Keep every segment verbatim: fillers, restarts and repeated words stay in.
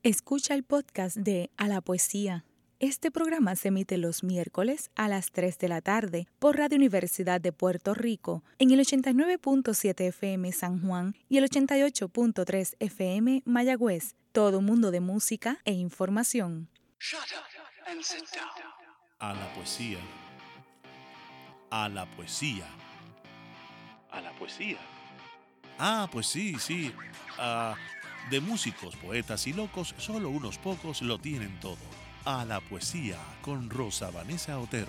Escucha el podcast de A la Poesía. Este programa se emite los miércoles a las tres de la tarde por Radio Universidad de Puerto Rico en el ochenta y nueve punto siete F M San Juan y el ochenta y ocho punto tres F M Mayagüez. Todo un mundo de música e información. Shut up and sit down. A la poesía. A la poesía. A la poesía. Ah, pues sí, sí. Ah, de músicos, poetas y locos, solo unos pocos lo tienen todo. A la poesía con Rosa Vanessa Otero.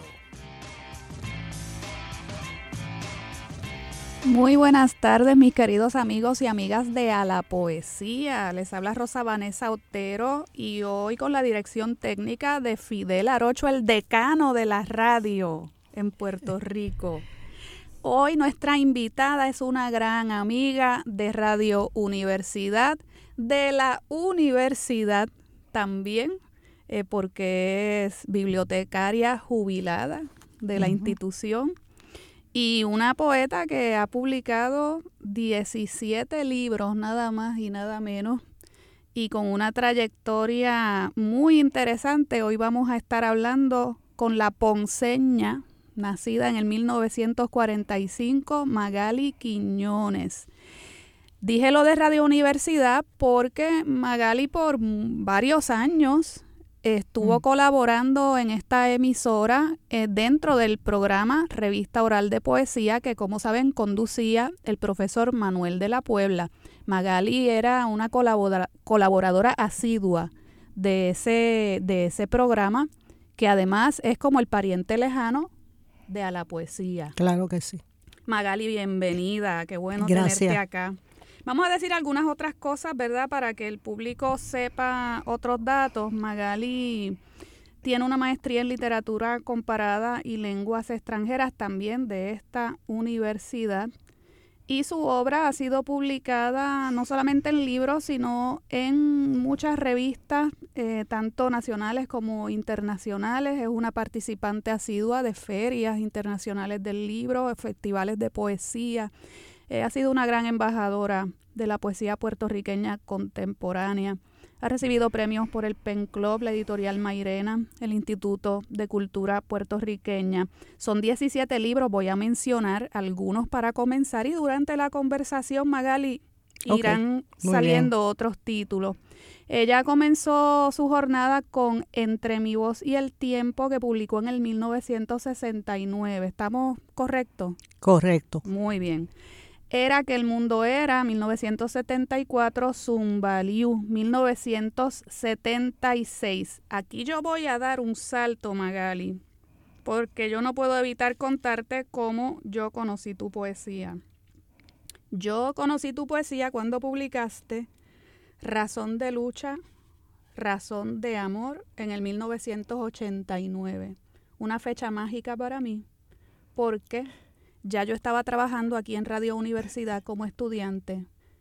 Muy buenas tardes, mis queridos amigos y amigas de A la Poesía. Les habla Rosa Vanessa Otero y hoy con la dirección técnica de Fidel Arocho, el decano de la radio en Puerto Rico. Hoy nuestra invitada es una gran amiga de Radio Universidad, de la universidad también, eh, porque es bibliotecaria jubilada de la uh-huh. institución. Y una poeta que ha publicado diecisiete libros, nada más y nada menos, y con una trayectoria muy interesante. Hoy vamos a estar hablando con la ponceña, nacida en el mil novecientos cuarenta y cinco, Magali Quiñones. Dije lo de Radio Universidad porque Magali por varios años estuvo mm. colaborando en esta emisora eh, dentro del programa Revista Oral de Poesía que, como saben, conducía el profesor Manuel de la Puebla. Magali era una colabora- colaboradora asidua de ese, de ese programa, que además es como el pariente lejano de A la Poesía. Claro que sí. Magali, bienvenida. Qué bueno Gracias. tenerte acá. Vamos a decir algunas otras cosas, ¿verdad? Para que el público sepa otros datos. Magali tiene una maestría en literatura comparada y lenguas extranjeras también de esta universidad. Y su obra ha sido publicada no solamente en libros, sino en muchas revistas, eh, tanto nacionales como internacionales. Es una participante asidua de ferias internacionales del libro, festivales de poesía. Eh, ha sido una gran embajadora de la poesía puertorriqueña contemporánea. Ha recibido premios por el Pen Club, la editorial Mairena, el Instituto de Cultura Puertorriqueña. Son diecisiete libros, voy a mencionar algunos para comenzar y durante la conversación, Magali, irán okay, saliendo bien. Otros títulos. Ella comenzó su jornada con Entre mi voz y el tiempo, que publicó en el mil novecientos sesenta y nueve. ¿Estamos correctos? Correcto. Muy bien. Era que el mundo era, mil novecientos setenta y cuatro, Zumbaliú, mil novecientos setenta y seis. Aquí yo voy a dar un salto, Magali, porque yo no puedo evitar contarte cómo yo conocí tu poesía. Yo conocí tu poesía cuando publicaste Razón de lucha, razón de amor en el mil novecientos ochenta y nueve. Una fecha mágica para mí, porque ya yo estaba trabajando aquí en Radio Universidad como estudiante.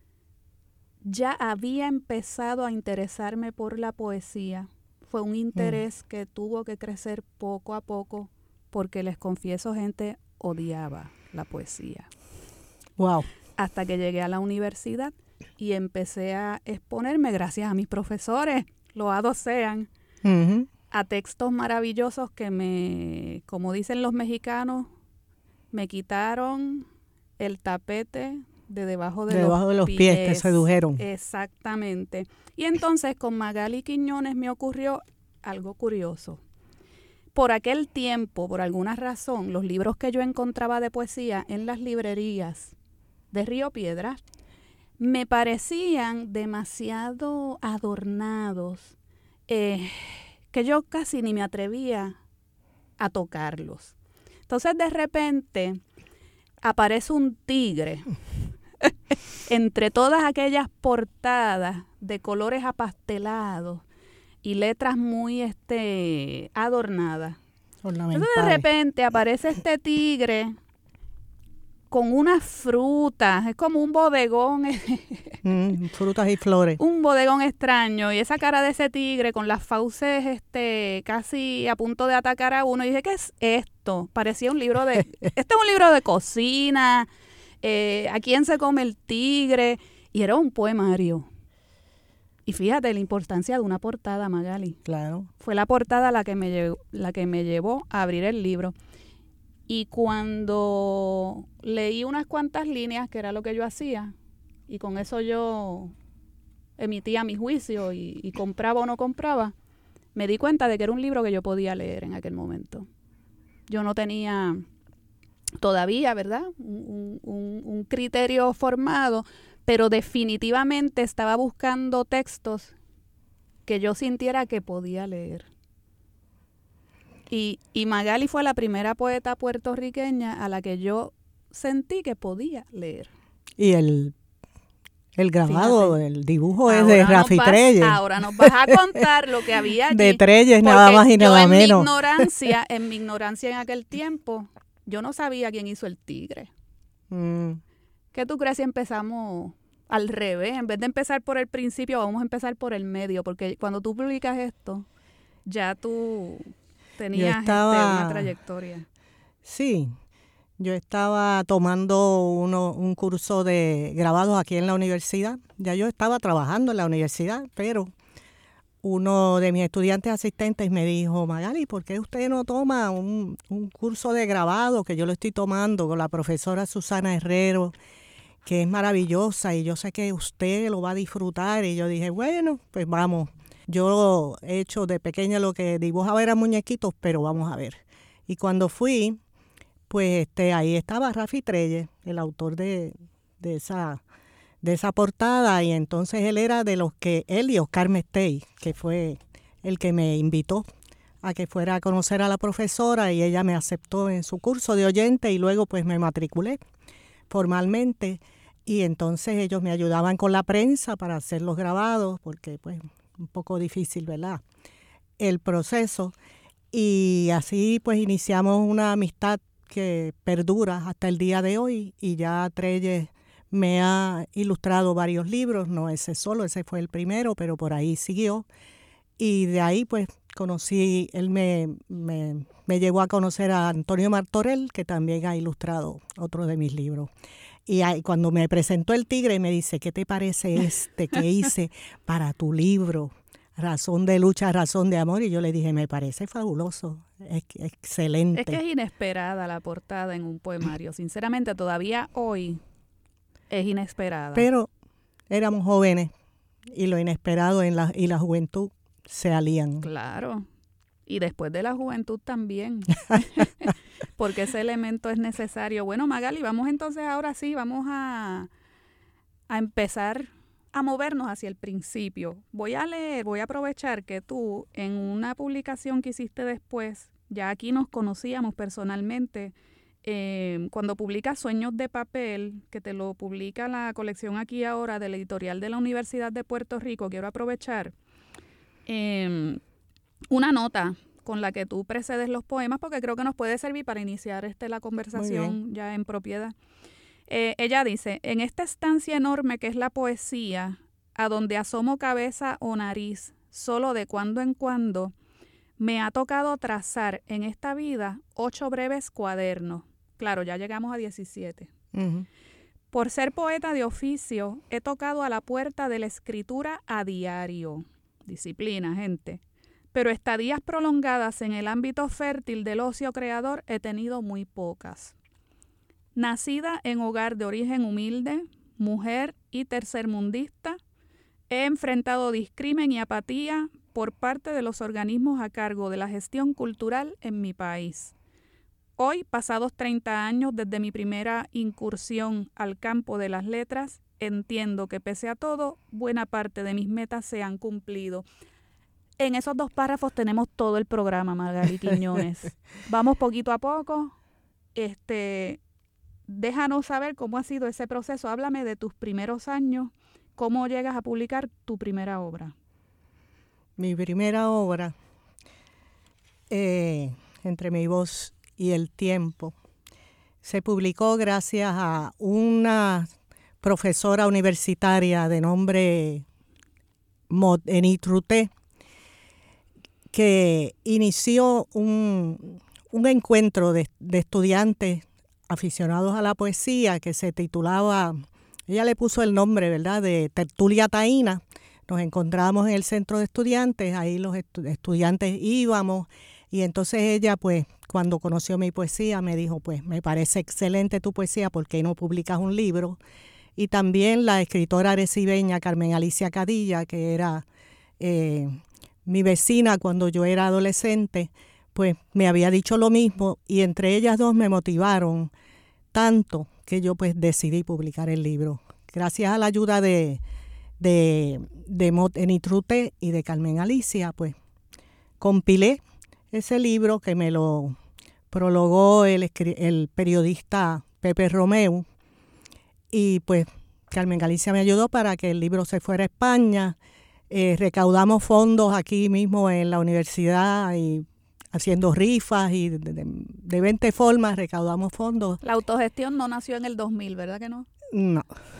Ya había empezado a interesarme por la poesía. Fue un interés mm. que tuvo que crecer poco a poco porque, les confieso, gente, odiaba la poesía. Wow. Hasta que llegué a la universidad y empecé a exponerme, gracias a mis profesores, loados sean, uh-huh. a textos maravillosos que me, como dicen los mexicanos, me quitaron el tapete de debajo de, de, los, debajo de los pies. pies, te sedujeron. Exactamente. Y entonces con Magali Quiñones me ocurrió algo curioso. Por aquel tiempo, por alguna razón, los libros que yo encontraba de poesía en las librerías de Río Piedras me parecían demasiado adornados, eh, que yo casi ni me atrevía a tocarlos. Entonces, de repente, aparece un tigre entre todas aquellas portadas de colores apastelados y letras muy este, adornadas. Entonces, de repente, aparece este tigre con unas frutas, es como un bodegón. mm, frutas y flores. Un bodegón extraño. Y esa cara de ese tigre con las fauces este, casi a punto de atacar a uno. Y dije, ¿qué es esto? Parecía un libro de... este es un libro de cocina. Eh, ¿A quién se come el tigre? Y era un poemario. Y fíjate la importancia de una portada, Magali. Claro. Fue la portada la que me llevó, la que me llevó a abrir el libro. Y cuando leí unas cuantas líneas, que era lo que yo hacía, y con eso yo emitía mi juicio y, y compraba o no compraba, me di cuenta de que era un libro que yo podía leer en aquel momento. Yo no tenía todavía, ¿verdad?, un, un, un criterio formado, pero definitivamente estaba buscando textos que yo sintiera que podía leer. Y, y Magali fue la primera poeta puertorriqueña a la que yo sentí que podía leer. Y el, el grabado, Fíjate. el dibujo es ahora de Rafi vas, Treyes. Ahora nos vas a contar lo que había allí. De Treyes, nada más y nada en menos. Mi ignorancia, en mi ignorancia en aquel tiempo, yo no sabía quién hizo el tigre. Mm. ¿Qué tú crees si empezamos al revés? En vez de empezar por el principio, vamos a empezar por el medio, porque cuando tú publicas esto, ya tú tenías estaba, este, una trayectoria. Sí, yo estaba tomando uno, un curso de grabados aquí en la universidad. Ya yo estaba trabajando en la universidad, pero uno de mis estudiantes asistentes me dijo, Magali, ¿por qué usted no toma un, un curso de grabado que yo lo estoy tomando con la profesora Susana Herrero, que es maravillosa y yo sé que usted lo va a disfrutar? Y yo dije, bueno, pues vamos. Yo he hecho de pequeña lo que dibujaba eran muñequitos, pero vamos a ver. Y cuando fui, pues este ahí estaba Rafi Treyes, el autor de, de esa de esa portada, y entonces él era de los que, él y Oscar Mestey, que fue el que me invitó a que fuera a conocer a la profesora, y ella me aceptó en su curso de oyente y luego pues me matriculé formalmente, y entonces ellos me ayudaban con la prensa para hacer los grabados, porque pues un poco difícil, ¿verdad?, el proceso. Y así pues iniciamos una amistad que perdura hasta el día de hoy, y ya Treyes me ha ilustrado varios libros, no ese solo, ese fue el primero, pero por ahí siguió. Y de ahí pues conocí, él me, me, me llevó a conocer a Antonio Martorell, que también ha ilustrado otro de mis libros. Y ahí, cuando me presentó el tigre, me dice, ¿qué te parece este que hice para tu libro? Razón de lucha, razón de amor. Y yo le dije, me parece fabuloso, es, excelente. Es que es inesperada la portada en un poemario. Sinceramente, todavía hoy es inesperada. Pero éramos jóvenes y lo inesperado en la, y la juventud se alían. Claro. Y después de la juventud también. Porque ese elemento es necesario. Bueno, Magali, vamos entonces ahora sí, vamos a, a empezar a movernos hacia el principio. Voy a leer, voy a aprovechar que tú en una publicación que hiciste después, ya aquí nos conocíamos personalmente, eh, cuando publicas Sueños de Papel, que te lo publica la colección Aquí Ahora de la editorial de la Universidad de Puerto Rico, quiero aprovechar eh, una nota con la que tú precedes los poemas, porque creo que nos puede servir para iniciar este la conversación ya en propiedad. Eh, ella dice, en esta estancia enorme que es la poesía, a donde asomo cabeza o nariz, solo de cuando en cuando, me ha tocado trazar en esta vida ocho breves cuadernos. Claro, ya llegamos a diecisiete. Uh-huh. Por ser poeta de oficio, he tocado a la puerta de la escritura a diario. Disciplina, gente. Pero estadías prolongadas en el ámbito fértil del ocio creador he tenido muy pocas. Nacida en hogar de origen humilde, mujer y tercermundista, he enfrentado discrimen y apatía por parte de los organismos a cargo de la gestión cultural en mi país. Hoy, pasados treinta años desde mi primera incursión al campo de las letras, entiendo que pese a todo, buena parte de mis metas se han cumplido. En esos dos párrafos tenemos todo el programa, Magali Quiñones. Vamos poquito a poco. Este, déjanos saber cómo ha sido ese proceso. Háblame de tus primeros años. ¿Cómo llegas a publicar tu primera obra? Mi primera obra, eh, Entre mi voz y el tiempo, se publicó gracias a una profesora universitaria de nombre Enid Ruté, que inició un, un encuentro de, de estudiantes aficionados a la poesía que se titulaba, ella le puso el nombre, ¿verdad?, de Tertulia Taína, nos encontrábamos en el centro de estudiantes, ahí los estu- estudiantes íbamos, y entonces ella, pues, cuando conoció mi poesía, me dijo, pues, me parece excelente tu poesía, ¿por qué no publicas un libro? Y también la escritora arecibeña Carmen Alicia Cadilla, que era eh, mi vecina cuando yo era adolescente, pues me había dicho lo mismo, y entre ellas dos me motivaron tanto que yo pues decidí publicar el libro. Gracias a la ayuda de, de, de Mot Enitrute y de Carmen Alicia, pues compilé ese libro que me lo prologó el, el periodista Pepe Romeu, y pues Carmen Alicia me ayudó para que el libro se fuera a España. Eh, recaudamos fondos aquí mismo en la universidad y haciendo rifas y de, de, de veinte formas recaudamos fondos. La autogestión no nació en el dos mil, ¿verdad que no? No.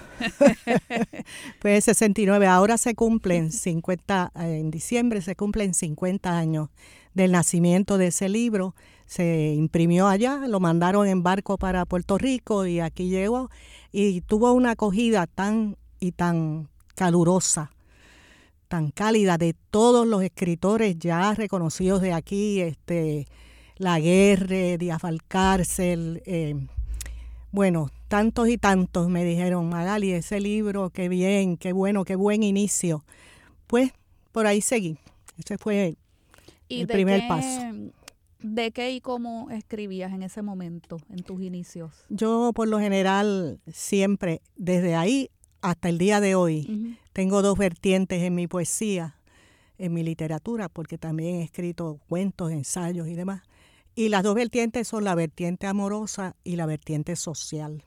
Pues sesenta y nueve, ahora se cumplen cincuenta, en diciembre se cumplen cincuenta años del nacimiento de ese libro. Se imprimió allá, lo mandaron en barco para Puerto Rico y aquí llegó y tuvo una acogida tan y tan calurosa, tan cálida de todos los escritores ya reconocidos de aquí, este, Laguerre, Díaz Valcárcel, eh, bueno, tantos y tantos me dijeron, Magali, ese libro, qué bien, qué bueno, qué buen inicio. Pues por ahí seguí, ese fue ¿Y el de primer qué, paso. ¿De qué y cómo escribías en ese momento, en tus inicios? Yo por lo general siempre, desde ahí hasta el día de hoy, uh-huh. tengo dos vertientes en mi poesía, en mi literatura, porque también he escrito cuentos, ensayos y demás. Y las dos vertientes son la vertiente amorosa y la vertiente social.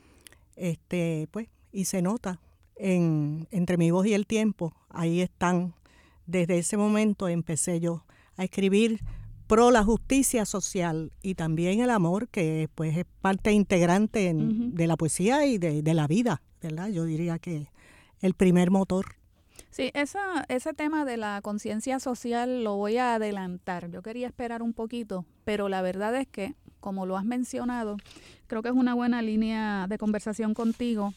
Este, pues, y se nota en Entre mi voz y el tiempo, ahí están. Desde ese momento empecé yo a escribir pro la justicia social y también el amor, que pues es parte integrante en, uh-huh. de la poesía y de, de la vida, ¿verdad? Yo diría que el primer motor. Sí, esa, ese tema de la conciencia social lo voy a adelantar. Yo quería esperar un poquito, pero la verdad es que, como lo has mencionado, creo que es una buena línea de conversación contigo,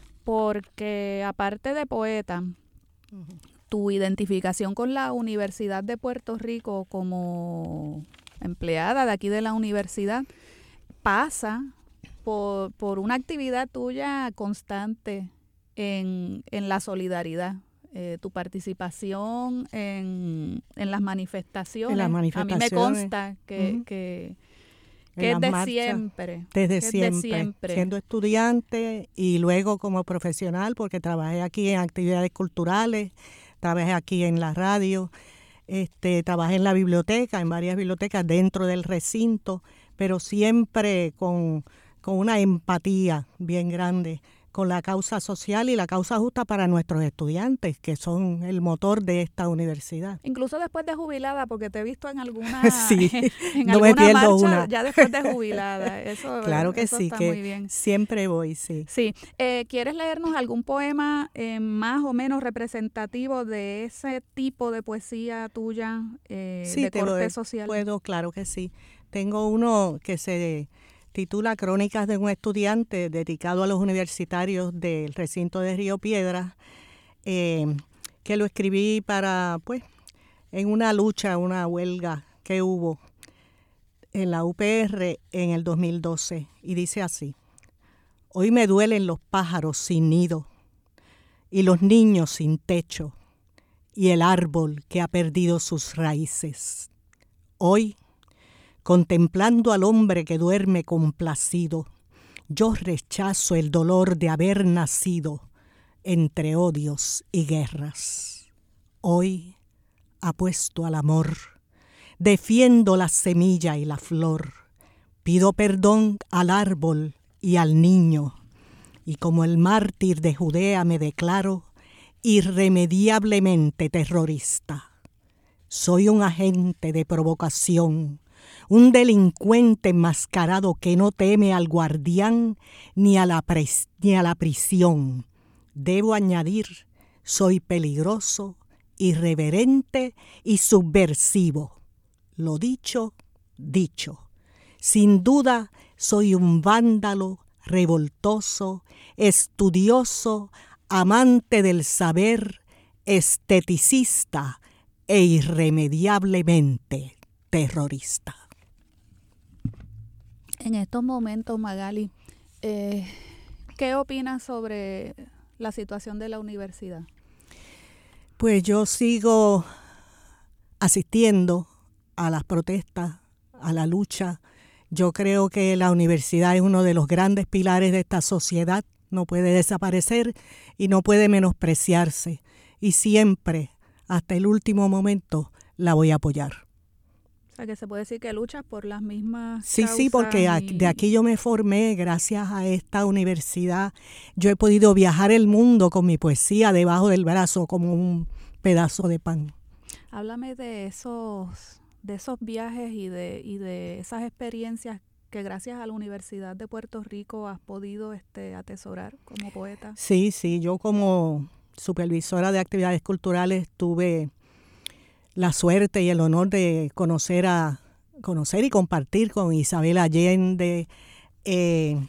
porque aparte de poeta, uh-huh. tu identificación con la Universidad de Puerto Rico como empleada de aquí de la universidad pasa por, por una actividad tuya constante en, en la solidaridad. Eh, tu participación en, en las manifestaciones. En las manifestaciones. A mí me consta que, uh-huh. que, que es de marchas, siempre. Desde que siempre, es de siempre. Siendo estudiante y luego como profesional, porque trabajé aquí en actividades culturales, trabajé aquí en la radio, este, trabajé en la biblioteca, en varias bibliotecas dentro del recinto, pero siempre con, con una empatía bien grande con la causa social y la causa justa para nuestros estudiantes, que son el motor de esta universidad. Incluso después de jubilada, porque te he visto en alguna, sí, en no alguna me pierdo marcha, una. Ya después de jubilada. Eso, claro que eso sí, está que muy bien. Siempre voy, sí. Sí. Eh, ¿Quieres leernos algún poema eh, más o menos representativo de ese tipo de poesía tuya eh, sí, de te corte lo social? Puedo, claro que sí. Tengo uno que se titula Crónicas de un estudiante, dedicado a los universitarios del recinto de Río Piedras, eh, que lo escribí para, pues, en una lucha, una huelga que hubo en la U P R en el dos mil doce, y dice así: hoy me duelen los pájaros sin nido, y los niños sin techo, y el árbol que ha perdido sus raíces. Hoy, contemplando al hombre que duerme complacido, yo rechazo el dolor de haber nacido entre odios y guerras. Hoy apuesto al amor, defiendo la semilla y la flor, pido perdón al árbol y al niño, y como el mártir de Judea me declaro irremediablemente terrorista. Soy un agente de provocación, un delincuente enmascarado que no teme al guardián ni a la, pres- ni a la prisión. Debo añadir, soy peligroso, irreverente y subversivo. Lo dicho, dicho. Sin duda, soy un vándalo, revoltoso, estudioso, amante del saber, esteticista e irremediablemente terrorista. En estos momentos, Magali, eh, ¿qué opinas sobre la situación de la universidad? Pues yo sigo asistiendo a las protestas, a la lucha. Yo creo que la universidad es uno de los grandes pilares de esta sociedad. No puede desaparecer y no puede menospreciarse. Y siempre, hasta el último momento, la voy a apoyar. O sea, que se puede decir que luchas por las mismas Sí, causas. sí, porque y... de aquí yo me formé gracias a esta universidad. Yo he podido viajar el mundo con mi poesía debajo del brazo como un pedazo de pan. Háblame de esos, de esos viajes y de, y de esas experiencias que gracias a la Universidad de Puerto Rico has podido este, atesorar como poeta. Sí, sí, yo como supervisora de actividades culturales tuve la suerte y el honor de conocer a conocer y compartir con Isabel Allende, eh,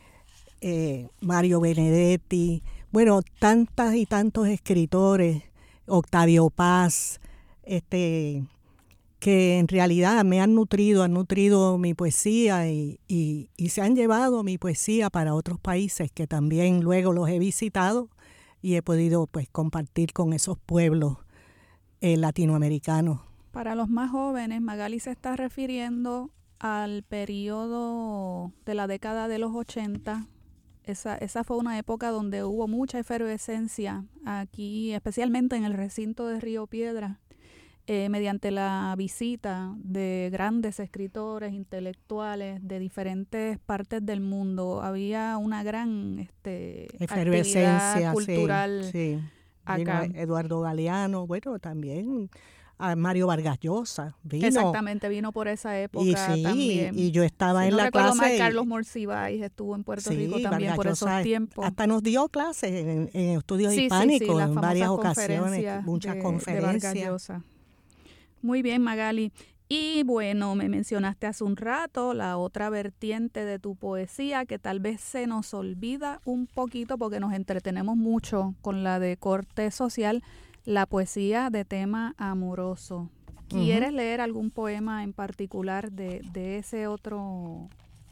eh, Mario Benedetti, bueno, tantas y tantos escritores, Octavio Paz, este, que en realidad me han nutrido, han nutrido mi poesía y, y, y se han llevado mi poesía para otros países que también luego los he visitado y he podido pues compartir con esos pueblos eh, latinoamericanos. Para los más jóvenes, Magali se está refiriendo al periodo de la década de los ochenta. Esa, esa fue una época donde hubo mucha efervescencia aquí, especialmente en el recinto de Río Piedras, eh, mediante la visita de grandes escritores, intelectuales de diferentes partes del mundo. Había una gran este, efervescencia cultural sí, sí. acá. Vino Eduardo Galeano, bueno, también a Mario Vargas Llosa vino. Exactamente, vino por esa época y sí, también. Y yo estaba si en no la recuerdo clase. Mal, Carlos Morcibáis estuvo en Puerto sí, Rico también Vargas por esos Llosa tiempos. Hasta nos dio clases en, en estudios sí, hispánicos sí, sí, en varias ocasiones, conferencias muchas de, conferencias. De Vargas Llosa. Muy bien, Magali. Y bueno, me mencionaste hace un rato la otra vertiente de tu poesía que tal vez se nos olvida un poquito porque nos entretenemos mucho con la de corte social, la poesía de tema amoroso. ¿Quieres uh-huh. leer algún poema en particular de, de ese otro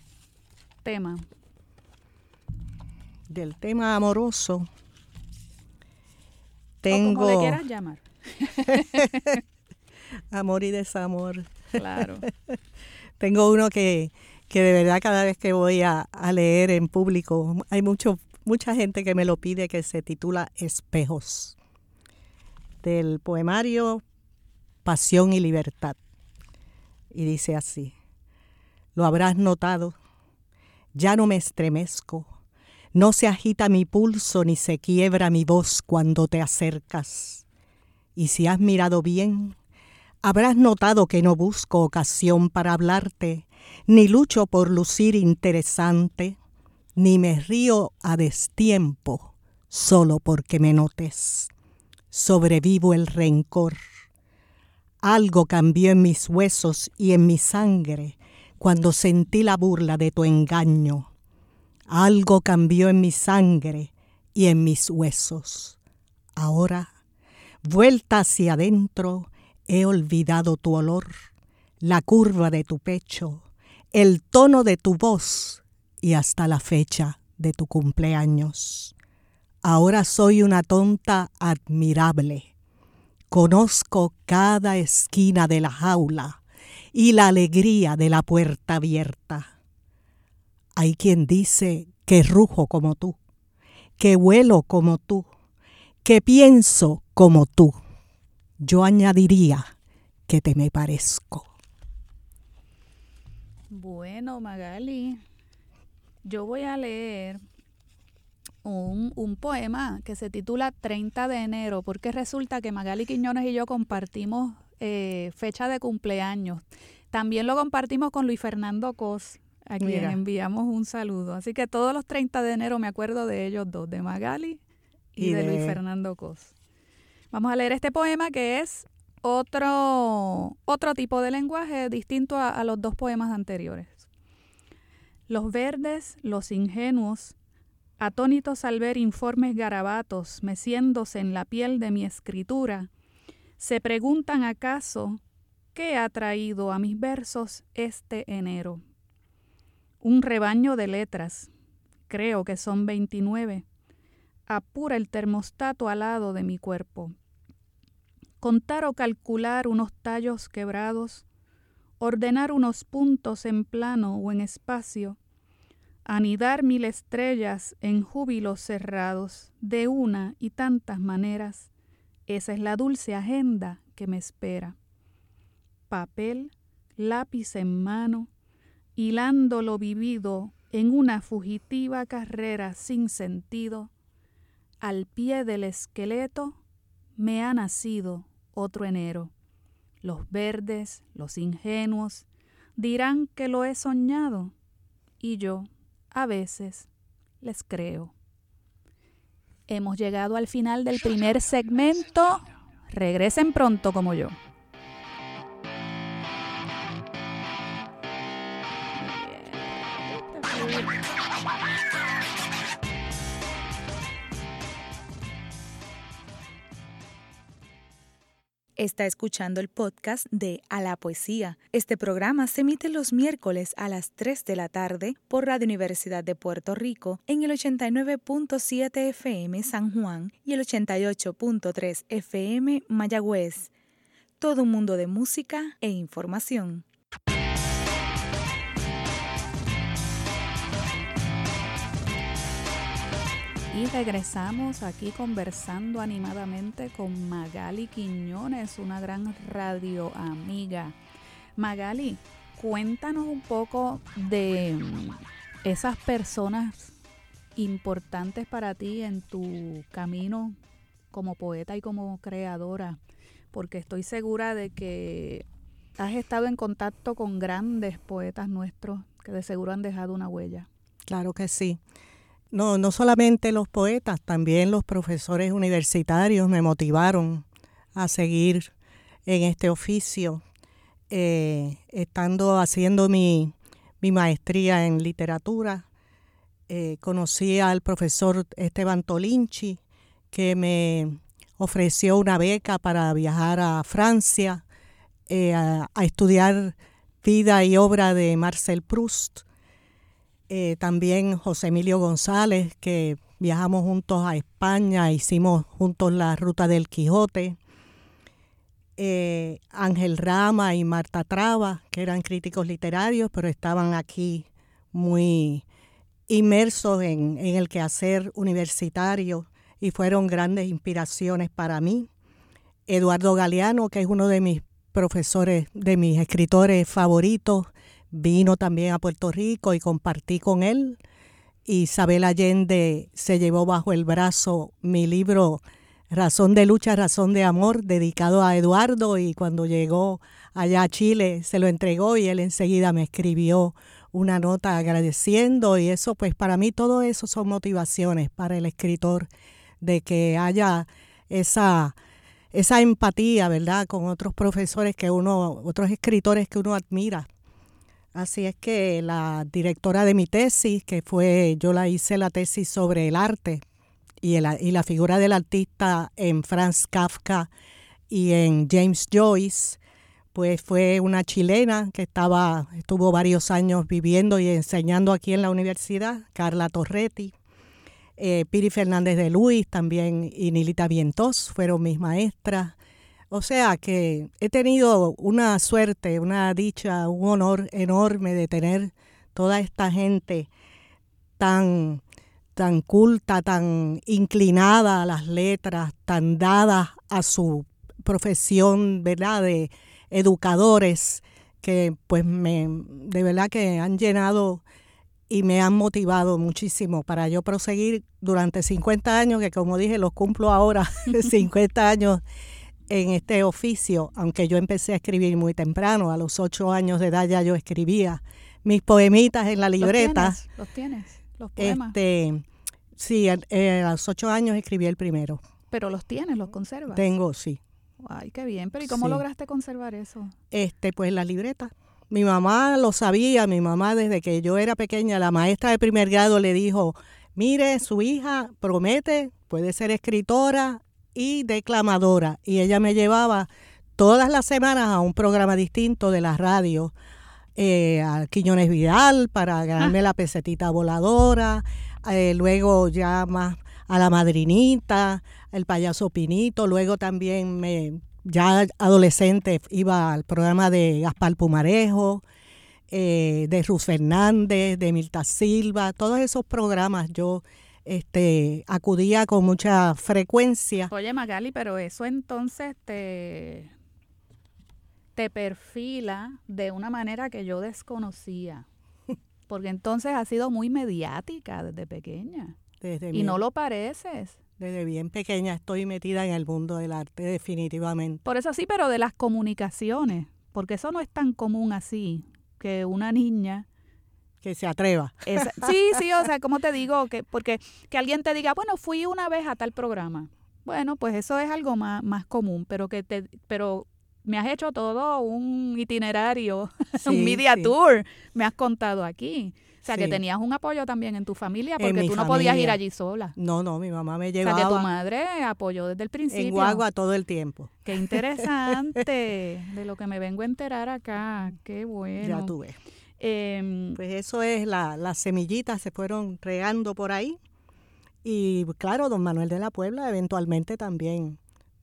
tema? Del tema amoroso. Tengo... O como le quieras llamar. Amor y desamor. Claro. Tengo uno que, que de verdad cada vez que voy a, a leer en público, hay mucho, mucha gente que me lo pide, que se titula Espejos, del poemario Pasión y Libertad. Y dice así: lo habrás notado, ya no me estremezco, no se agita mi pulso ni se quiebra mi voz cuando te acercas. Y si has mirado bien, habrás notado que no busco ocasión para hablarte, ni lucho por lucir interesante, ni me río a destiempo solo porque me notes. Sobrevivo el rencor. Algo cambió en mis huesos y en mi sangre cuando sentí la burla de tu engaño. Algo cambió en mi sangre y en mis huesos. Ahora, vuelta hacia adentro, he olvidado tu olor, la curva de tu pecho, el tono de tu voz y hasta la fecha de tu cumpleaños. Ahora soy una tonta admirable. Conozco cada esquina de la jaula y la alegría de la puerta abierta. Hay quien dice que rujo como tú, que vuelo como tú, que pienso como tú. Yo añadiría que te me parezco. Bueno, Magali, yo voy a leer un, un poema que se titula treinta de enero, porque resulta que Magali Quiñones y yo compartimos eh, fecha de cumpleaños. También lo compartimos con Luis Fernando Cos, a quien Mira. enviamos un saludo. Así que todos los treinta de enero me acuerdo de ellos dos, de Magali y, y de, de Luis Fernando Cos. Vamos a leer este poema que es otro, otro tipo de lenguaje distinto a, a los dos poemas anteriores. Los verdes, los ingenuos, atónitos al ver informes garabatos meciéndose en la piel de mi escritura, se preguntan acaso qué ha traído a mis versos este enero. Un rebaño de letras, creo que son veintinueve, apura el termostato alado de mi cuerpo. Contar o calcular unos tallos quebrados, ordenar unos puntos en plano o en espacio, anidar mil estrellas en júbilos cerrados, de una y tantas maneras, esa es la dulce agenda que me espera. Papel, lápiz en mano, hilando lo vivido en una fugitiva carrera sin sentido, al pie del esqueleto me ha nacido otro enero. Los verdes, los ingenuos, dirán que lo he soñado, y yo, a veces, les creo. Hemos llegado al final del primer segmento. Regresen pronto como yo. Está escuchando el podcast de A la Poesía. Este programa se emite los miércoles a las tres de la tarde por Radio Universidad de Puerto Rico en el ochenta y nueve punto siete F M San Juan y el ochenta y ocho punto tres F M Mayagüez. Todo un mundo de música e información. Y regresamos aquí conversando animadamente con Magali Quiñones, una gran radio amiga. Magali, cuéntanos un poco de esas personas importantes para ti en tu camino como poeta y como creadora, porque estoy segura de que has estado en contacto con grandes poetas nuestros que de seguro han dejado una huella. Claro que sí. No, no solamente los poetas, también los profesores universitarios me motivaron a seguir en este oficio. Eh, estando haciendo mi, mi maestría en literatura, eh, conocí al profesor Esteban Tolinchi, que me ofreció una beca para viajar a Francia, eh, a, a estudiar vida y obra de Marcel Proust. Eh, también José Emilio González, que viajamos juntos a España, hicimos juntos la Ruta del Quijote. Eh, Ángel Rama y Marta Traba, que eran críticos literarios, pero estaban aquí muy inmersos en, en el quehacer universitario y fueron grandes inspiraciones para mí. Eduardo Galeano, que es uno de mis profesores, de mis escritores favoritos, vino también a Puerto Rico y compartí con él. Isabel Allende se llevó bajo el brazo mi libro Razón de Lucha, Razón de Amor, dedicado a Eduardo, y cuando llegó allá a Chile se lo entregó y él enseguida me escribió una nota agradeciendo, y eso pues para mí todo eso son motivaciones para el escritor, de que haya esa, esa empatía, ¿verdad?, con otros profesores que uno, otros escritores que uno admira. Así es que la directora de mi tesis, que fue, yo la hice la tesis sobre el arte y, el, y la figura del artista en Franz Kafka y en James Joyce, pues fue una chilena que estaba, estuvo varios años viviendo y enseñando aquí en la universidad, Carla Torretti. Eh, Piri Fernández de Luis también y Nilita Vientos fueron mis maestras. O sea que he tenido una suerte, una dicha, un honor enorme de tener toda esta gente tan, tan culta, tan inclinada a las letras, tan dada a su profesión, ¿verdad?, de educadores, que pues me, de verdad que han llenado y me han motivado muchísimo para yo proseguir durante cincuenta años, que como dije, los cumplo ahora, cincuenta años en este oficio, aunque yo empecé a escribir muy temprano, a los ocho años de edad ya yo escribía mis poemitas en la libreta. ¿Los tienes? ¿Los tienes? ¿Los poemas? Este, sí, eh, a los ocho años escribí el primero. ¿Pero los tienes? ¿Los conservas? Tengo, sí. Ay, qué bien. ¿Pero y cómo sí. lograste conservar eso? Este, pues la libreta. Mi mamá lo sabía, mi mamá desde que yo era pequeña, la maestra de primer grado le dijo, mire, su hija promete, puede ser escritora y declamadora. Y ella me llevaba todas las semanas a un programa distinto de la radio, eh, a Quiñones Vidal para ganarme ah. la pesetita voladora, eh, luego ya más a La Madrinita, El Payaso Pinito, luego también me ya adolescente iba al programa de Gaspar Pumarejo, eh, de Ruth Fernández, de Mirta Silva, todos esos programas yo este, acudía con mucha frecuencia. Oye, Magali, pero eso entonces te, te perfila de una manera que yo desconocía, porque entonces has sido muy mediática desde pequeña. Desde y bien, no lo pareces. Desde bien pequeña estoy metida en el mundo del arte, definitivamente. Por eso sí, pero de las comunicaciones, porque eso no es tan común así, que una niña... Que se atreva. Es, sí, sí, o sea, ¿cómo te digo? que Porque que alguien te diga, bueno, fui una vez a tal programa. Bueno, pues eso es algo más, más común, pero que te... pero me has hecho todo un itinerario, sí, un media sí. tour, me has contado aquí. O sea, sí. que tenías un apoyo también en tu familia, porque tú no familia. podías ir allí sola. No, no, mi mamá me llevaba. O sea, que tu madre apoyó desde el principio. En guagua todo el tiempo. Qué interesante, de lo que me vengo a enterar acá. Qué bueno. Ya tú ves. Eh, pues eso es, la, las semillitas se fueron regando por ahí. Y claro, don Manuel de la Puebla eventualmente también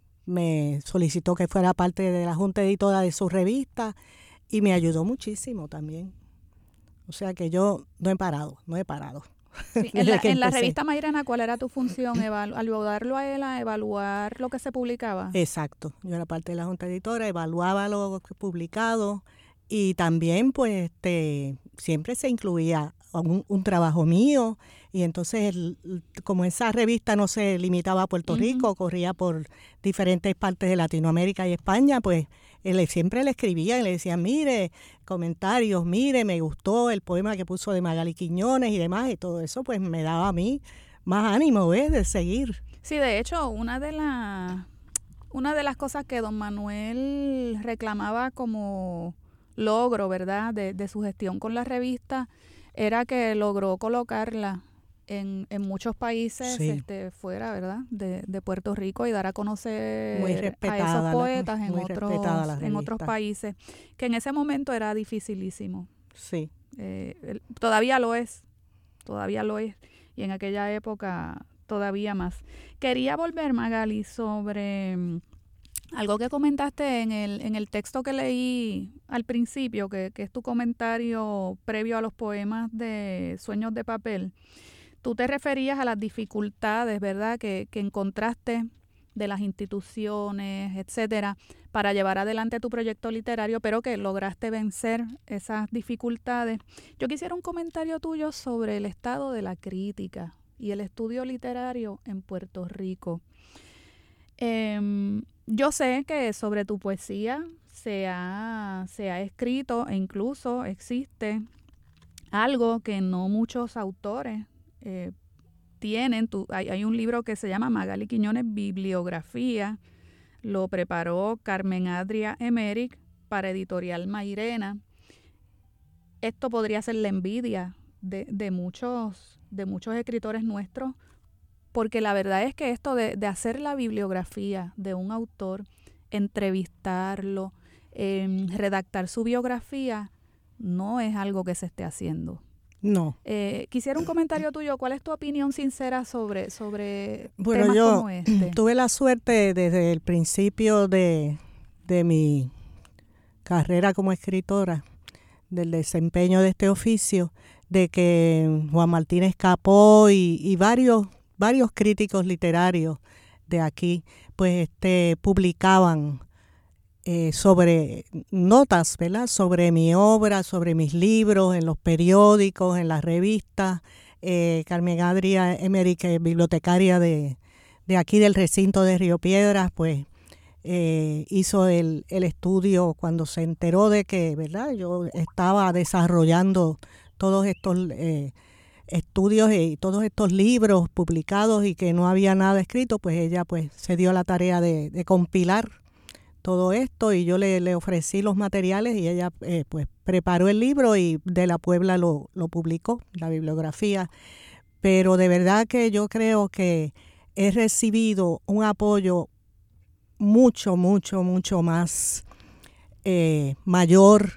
me solicitó que fuera parte de la junta editora de su revista y me ayudó muchísimo también. O sea que yo no he parado, no he parado. Sí, en la, en la revista Mairena, ¿cuál era tu función? Evalu- ¿Ayudarlo a él a evaluar lo que se publicaba? Exacto. Yo era parte de la junta editora, evaluaba lo publicado y también pues este, siempre se incluía un, un trabajo mío y entonces el, como esa revista no se limitaba a Puerto uh-huh. Rico, corría por diferentes partes de Latinoamérica y España, pues él siempre le escribía y le decía, mire, comentarios, mire, me gustó el poema que puso de Magali Quiñones y demás, y todo eso pues me daba a mí más ánimo, ¿ves?, de seguir. Sí, de hecho, una de las una de las cosas que don Manuel reclamaba como logro, ¿verdad?, de, de su gestión con la revista, era que logró colocarla en, en muchos países sí. este, fuera, ¿verdad?, de, de Puerto Rico y dar a conocer a esos poetas la, en, otros, en otros países, que en ese momento era dificilísimo. Sí. Eh, el, todavía lo es, todavía lo es, y en aquella época todavía más. Quería volver, Magali, sobre um, algo que comentaste en el, en el texto que leí al principio, que, que es tu comentario previo a los poemas de Sueños de Papel. Tú te referías a las dificultades, ¿verdad?, que, que encontraste de las instituciones, etcétera, para llevar adelante tu proyecto literario, pero que lograste vencer esas dificultades. Yo quisiera un comentario tuyo sobre el estado de la crítica y el estudio literario en Puerto Rico. Eh, yo sé que sobre tu poesía se ha, se ha escrito e incluso existe algo que no muchos autores Eh, tienen, tu, hay, hay un libro que se llama Magali Quiñones Bibliografía, lo preparó Carmen Adria Emerick para Editorial Mairena. Esto podría ser la envidia de, de, muchos, de muchos escritores nuestros, porque la verdad es que esto de, de hacer la bibliografía de un autor, entrevistarlo, eh, redactar su biografía, no es algo que se esté haciendo. No. Eh, quisiera un comentario tuyo. ¿Cuál es tu opinión sincera sobre, sobre bueno, temas yo como este? Tuve la suerte desde el principio de, de mi carrera como escritora, del desempeño de este oficio, de que Juan Martínez Capó y, y varios, varios críticos literarios de aquí, pues este, publicaban Eh, sobre notas, ¿verdad?, sobre mi obra, sobre mis libros, en los periódicos, en las revistas. Eh, Carmen Adria Emerick, bibliotecaria de, de aquí del recinto de Río Piedras, pues eh, hizo el, el estudio cuando se enteró de que, ¿verdad?, yo estaba desarrollando todos estos eh, estudios y todos estos libros publicados y que no había nada escrito, pues ella pues se dio la tarea de, de compilar todo esto y yo le, le ofrecí los materiales y ella eh, pues preparó el libro y de la Puebla lo, lo publicó, la bibliografía. pero de verdad que yo creo que he recibido un apoyo mucho, mucho, mucho más eh, mayor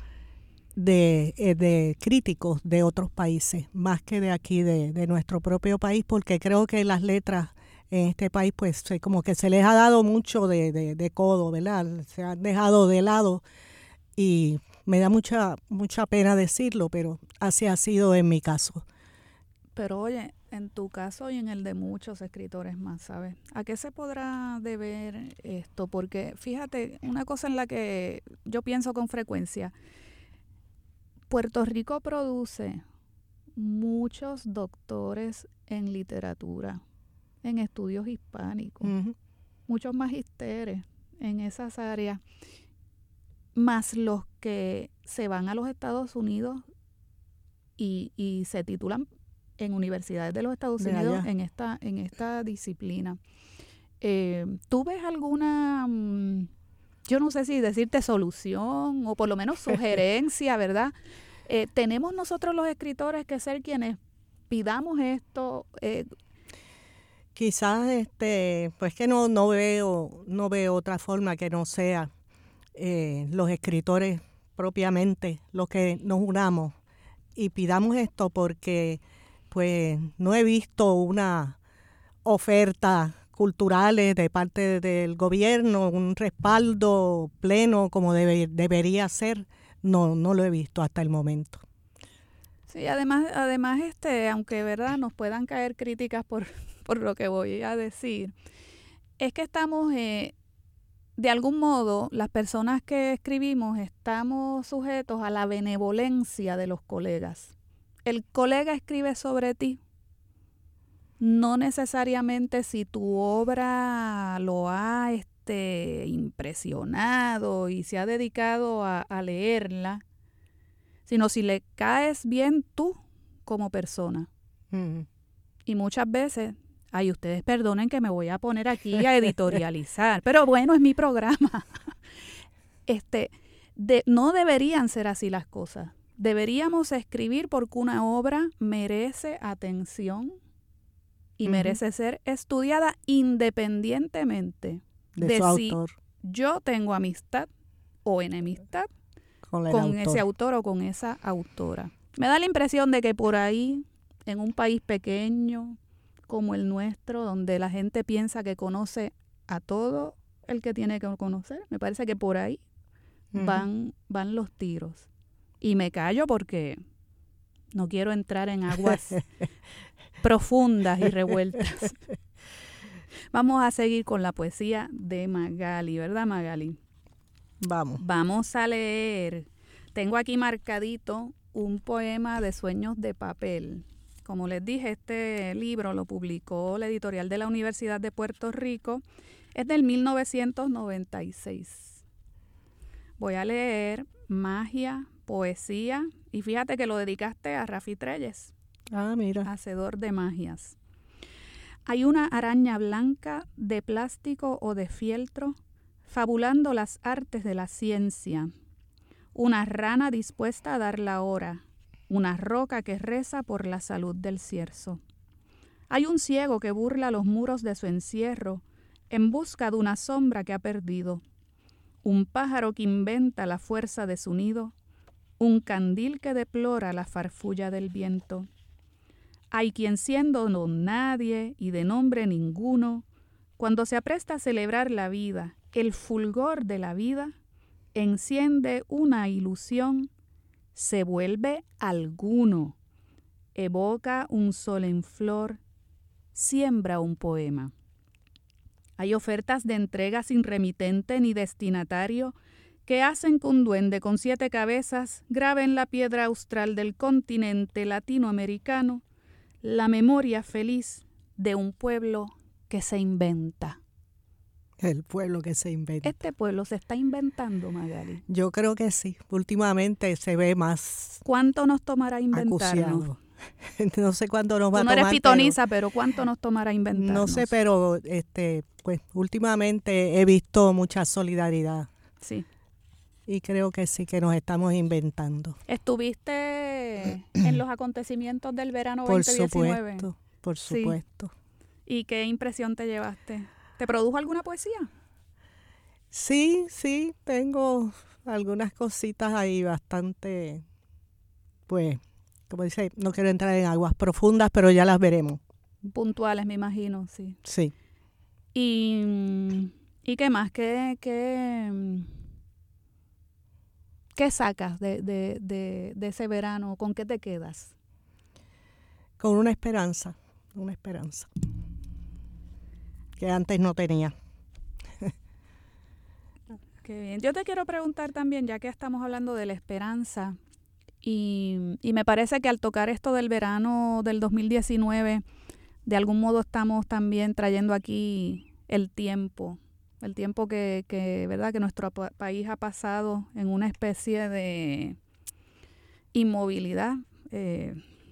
de, de críticos de otros países, más que de aquí, de, de nuestro propio país, porque creo que las letras en este país, pues como que se les ha dado mucho de, de, de codo, ¿verdad? Se han dejado de lado y me da mucha, mucha pena decirlo, pero así ha sido en mi caso. Pero oye, en tu caso y en el de muchos escritores más, ¿sabes? ¿A qué se podrá deber esto? Porque fíjate, una cosa en la que yo pienso con frecuencia, Puerto Rico produce muchos doctores en literatura, en estudios hispánicos, uh-huh. muchos magisteres en esas áreas, más los que se van a los Estados Unidos y, y se titulan en universidades de los Estados de Unidos en esta, en esta disciplina. Eh, ¿Tú ves alguna, yo no sé si decirte solución o por lo menos sugerencia, ¿verdad? Eh, ¿Tenemos nosotros los escritores que ser quienes pidamos esto? Eh, Quizás, este, pues que no, no veo, no veo otra forma que no sea eh, los escritores propiamente los que nos unamos y pidamos esto, porque pues no he visto una oferta culturales de parte del gobierno, un respaldo pleno como debe, debería ser. No, no lo he visto hasta el momento. Sí, además, además este, aunque verdad nos puedan caer críticas por, por lo que voy a decir, es que estamos, eh, de algún modo, las personas que escribimos estamos sujetos a la benevolencia de los colegas. El colega escribe sobre ti, no necesariamente si tu obra lo ha este, impresionado y se ha dedicado a, a leerla, sino si le caes bien tú como persona. Mm. Y muchas veces, ay, ustedes perdonen que me voy a poner aquí a editorializar, pero bueno, es mi programa. Este, de, no deberían ser así las cosas. Deberíamos escribir porque una obra merece atención y uh-huh. merece ser estudiada independientemente de, de su si autor. Yo tengo amistad o enemistad con, con autor. ese autor o con esa autora. Me da la impresión de que por ahí, en un país pequeño como el nuestro, donde la gente piensa que conoce a todo el que tiene que conocer, me parece que por ahí uh-huh. van, van los tiros. Y me callo porque no quiero entrar en aguas profundas y revueltas. Vamos a seguir con la poesía de Magali, ¿verdad, Magali? Vamos. Vamos a leer. Tengo aquí marcadito un poema de Sueños de Papel. Como les dije, este libro lo publicó la editorial de la Universidad de Puerto Rico. Es del mil novecientos noventa y seis. Voy a leer Magia, Poesía, y fíjate que lo dedicaste a Rafi Trelles. Ah, mira. Hacedor de magias. Hay una araña blanca de plástico o de fieltro, fabulando las artes de la ciencia. Una rana dispuesta a dar la hora. Una roca que reza por la salud del cierzo. Hay un ciego que burla los muros de su encierro en busca de una sombra que ha perdido. Un pájaro que inventa la fuerza de su nido. Un candil que deplora la farfulla del viento. Hay quien siendo don nadie y de nombre ninguno, cuando se apresta a celebrar la vida, el fulgor de la vida, enciende una ilusión, se vuelve alguno, evoca un sol en flor, siembra un poema. Hay ofertas de entrega sin remitente ni destinatario que hacen que un duende con siete cabezas grabe en la piedra austral del continente latinoamericano la memoria feliz de un pueblo que se inventa. El pueblo que se inventa. Este pueblo se está inventando, Magali. Yo creo que sí. Últimamente se ve más. ¿Cuánto nos tomará inventarnos? No sé cuánto nos va a tomar. Tú no eres pitoniza, pero, pero ¿cuánto nos tomará inventarnos? No sé, pero este, pues últimamente he visto mucha solidaridad. Sí. Y creo que sí que nos estamos inventando. Estuviste eh, en los acontecimientos del verano por veinte diecinueve. Supuesto, por supuesto. Sí. ¿Y qué impresión te llevaste? ¿Te produjo alguna poesía? Sí, sí, tengo algunas cositas ahí bastante, pues, como dice, no quiero entrar en aguas profundas, pero ya las veremos. Puntuales, me imagino, sí. Sí. ¿Y, y qué más? ¿Qué, qué, qué sacas de, de, de, de ese verano? ¿Con qué te quedas? Con una esperanza, una esperanza que antes no tenía. Qué bien. Yo te quiero preguntar también, ya que estamos hablando de la esperanza, y, y me parece que al tocar esto del verano del dos mil diecinueve, de algún modo estamos también trayendo aquí el tiempo, el tiempo que, que ¿verdad?, que nuestro pa- país ha pasado en una especie de inmovilidad, eh,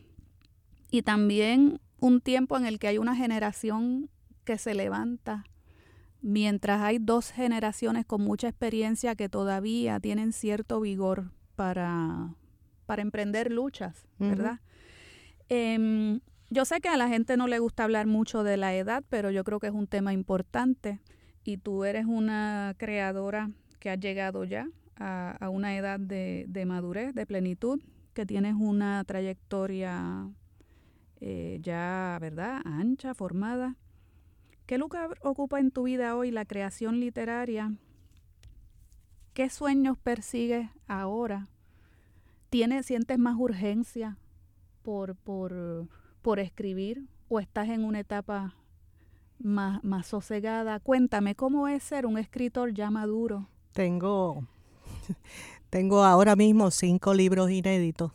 y también un tiempo en el que hay una generación que se levanta, mientras hay dos generaciones con mucha experiencia que todavía tienen cierto vigor para, para emprender luchas, ¿verdad? Uh-huh. Eh, yo sé que a la gente no le gusta hablar mucho de la edad, pero yo creo que es un tema importante, y tú eres una creadora que ha llegado ya a, a una edad de, de madurez, de plenitud, que tienes una trayectoria eh, ya, ¿verdad?, ancha, formada. ¿Qué lugar ocupa en tu vida hoy la creación literaria? ¿Qué sueños persigues ahora? ¿Tienes, sientes más urgencia por, por, por escribir, o estás en una etapa más, más sosegada? Cuéntame, ¿cómo es ser un escritor ya maduro? Tengo, tengo ahora mismo cinco libros inéditos.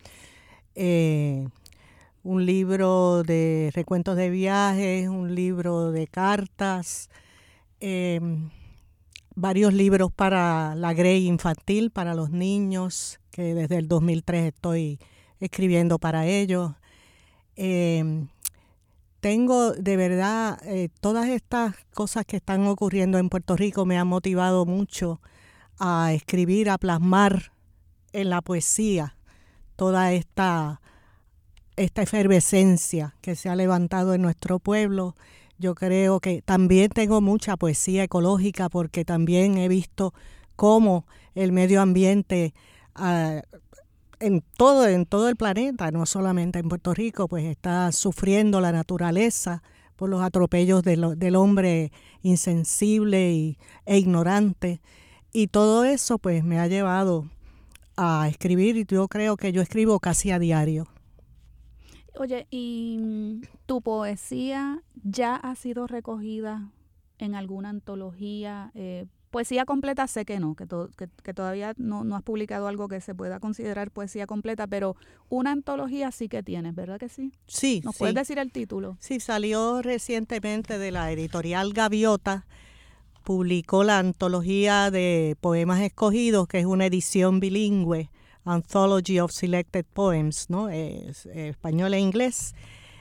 Eh, un libro de recuentos de viajes, un libro de cartas, eh, varios libros para la Grey infantil, para los niños, que desde el dos mil tres estoy escribiendo para ellos. Eh, tengo de verdad, eh, todas estas cosas que están ocurriendo en Puerto Rico me han motivado mucho a escribir, a plasmar en la poesía toda esta esta efervescencia que se ha levantado en nuestro pueblo. Yo creo que también tengo mucha poesía ecológica, porque también he visto cómo el medio ambiente uh, en todo, en todo el planeta, no solamente en Puerto Rico, pues está sufriendo la naturaleza por los atropellos de lo, del hombre insensible y, e ignorante. Y todo eso pues me ha llevado a escribir, y yo creo que yo escribo casi a diario. Oye, ¿y tu poesía ya ha sido recogida en alguna antología? Eh, poesía completa sé que no, que, to, que, que todavía no, no has publicado algo que se pueda considerar poesía completa, pero una antología sí que tienes, ¿verdad que sí? Sí. ¿Nos sí. puedes decir el título? Sí, salió recientemente de la editorial Gaviota, publicó la antología de poemas escogidos, que es una edición bilingüe, Anthology of Selected Poems, ¿no? Es, es español e inglés.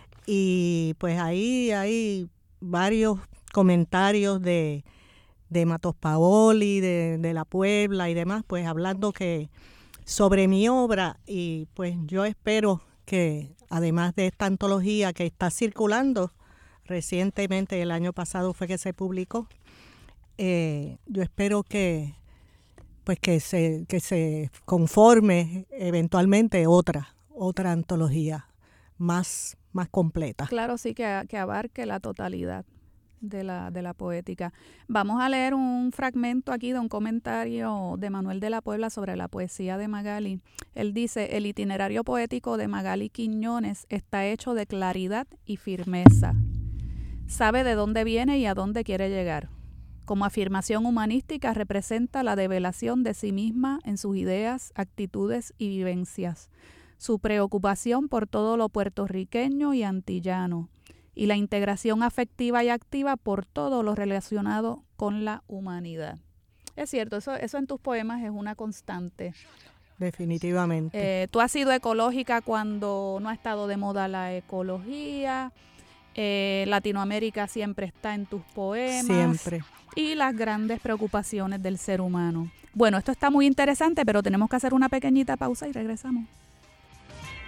Y pues ahí hay varios comentarios de, de Matos Paoli, de, de La Puebla y demás, pues hablando que sobre mi obra. Y pues yo espero que, además de esta antología que está circulando recientemente, el año pasado fue que se publicó, eh, yo espero que pues que se que se conforme eventualmente otra otra antología más más completa. Claro, sí, que, que abarque la totalidad de la de la poética. Vamos a leer un fragmento aquí de un comentario de Manuel de la Puebla sobre la poesía de Magali. Él dice: el itinerario poético de Magali Quiñones está hecho de claridad y firmeza. Sabe de dónde viene y a dónde quiere llegar. Como afirmación humanística representa la develación de sí misma en sus ideas, actitudes y vivencias, su preocupación por todo lo puertorriqueño y antillano, y la integración afectiva y activa por todo lo relacionado con la humanidad. Es cierto, eso, eso en tus poemas es una constante. Definitivamente. Eh, tú has sido ecológica cuando no ha estado de moda la ecología. Eh, Latinoamérica siempre está en tus poemas. Siempre. Y las grandes preocupaciones del ser humano. Bueno, esto está muy interesante, pero tenemos que hacer una pequeñita pausa y regresamos.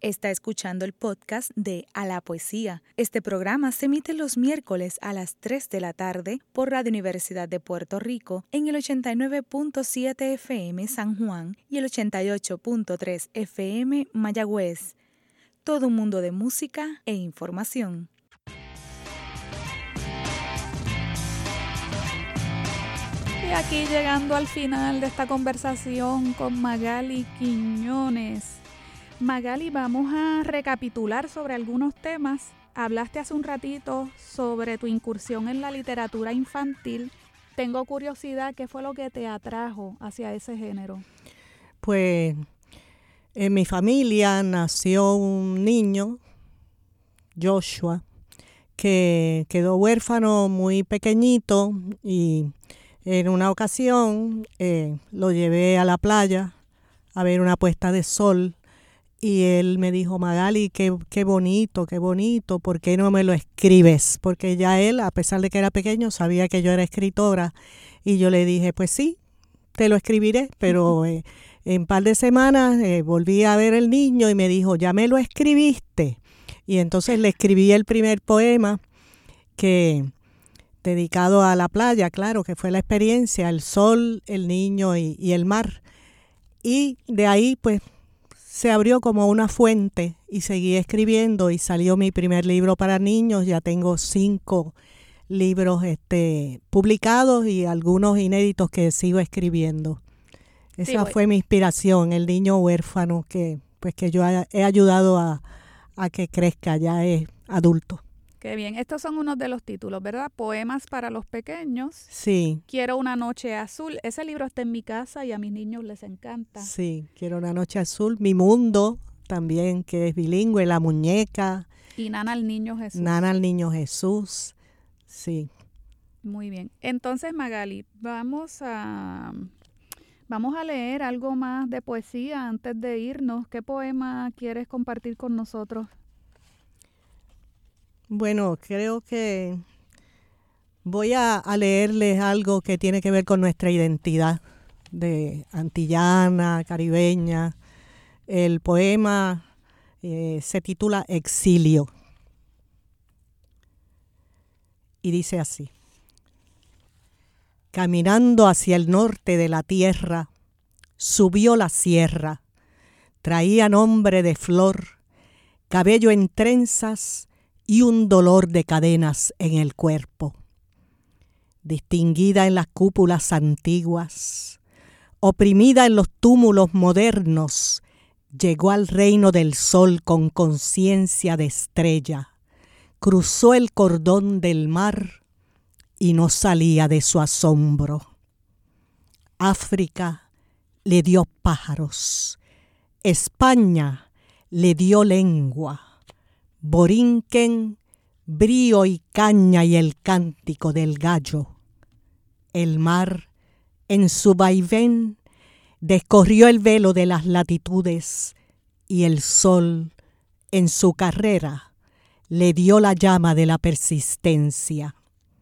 Está escuchando el podcast de A la Poesía. Este programa se emite los miércoles a las tres de la tarde por Radio Universidad de Puerto Rico en el ochenta y nueve punto siete F M San Juan y el ochenta y ocho punto tres F M Mayagüez. Todo un mundo de música e información. Y aquí llegando al final de esta conversación con Magali Quiñones. Magali, vamos a recapitular sobre algunos temas. Hablaste hace un ratito sobre tu incursión en la literatura infantil. Tengo curiosidad, ¿qué fue lo que te atrajo hacia ese género? Pues en mi familia nació un niño, Joshua, que quedó huérfano muy pequeñito y en una ocasión eh, lo llevé a la playa a ver una puesta de sol. Y él me dijo, Magali, qué, qué bonito, qué bonito, ¿por qué no me lo escribes? Porque ya él, a pesar de que era pequeño, sabía que yo era escritora. Y yo le dije, pues sí, te lo escribiré. Pero eh, en un par de semanas eh, volví a ver el niño y me dijo, ya me lo escribiste. Y entonces le escribí el primer poema que dedicado a la playa, claro, que fue la experiencia, el sol, el niño y, y el mar. Y de ahí, pues, se abrió como una fuente y seguí escribiendo y salió mi primer libro para niños. Ya tengo cinco libros este, publicados y algunos inéditos que sigo escribiendo. Esa sí, bueno. fue mi inspiración, el niño huérfano que, pues, que yo he ayudado a, a que crezca, ya es adulto. Qué bien. Estos son unos de los títulos, ¿verdad? Poemas para los pequeños. Sí. Quiero una noche azul. Ese libro está en mi casa y a mis niños les encanta. Sí, Quiero una noche azul. Mi mundo también, que es bilingüe. La muñeca. Y Nana al niño Jesús. Nana al niño Jesús. Sí. Muy bien. Entonces, Magali, vamos a, vamos a leer algo más de poesía antes de irnos. ¿Qué poema quieres compartir con nosotros? Bueno, creo que voy a, a leerles algo que tiene que ver con nuestra identidad de antillana, caribeña. El poema eh, se titula Exilio y dice así. Caminando hacia el norte de la tierra, subió la sierra, traía nombre de flor, cabello en trenzas, y un dolor de cadenas en el cuerpo. Distinguida en las cúpulas antiguas, oprimida en los túmulos modernos, llegó al reino del sol con conciencia de estrella, cruzó el cordón del mar y no salía de su asombro. África le dio pájaros, España le dio lengua, Borinquen, brío y caña y el cántico del gallo. El mar, en su vaivén, descorrió el velo de las latitudes y el sol, en su carrera, le dio la llama de la persistencia.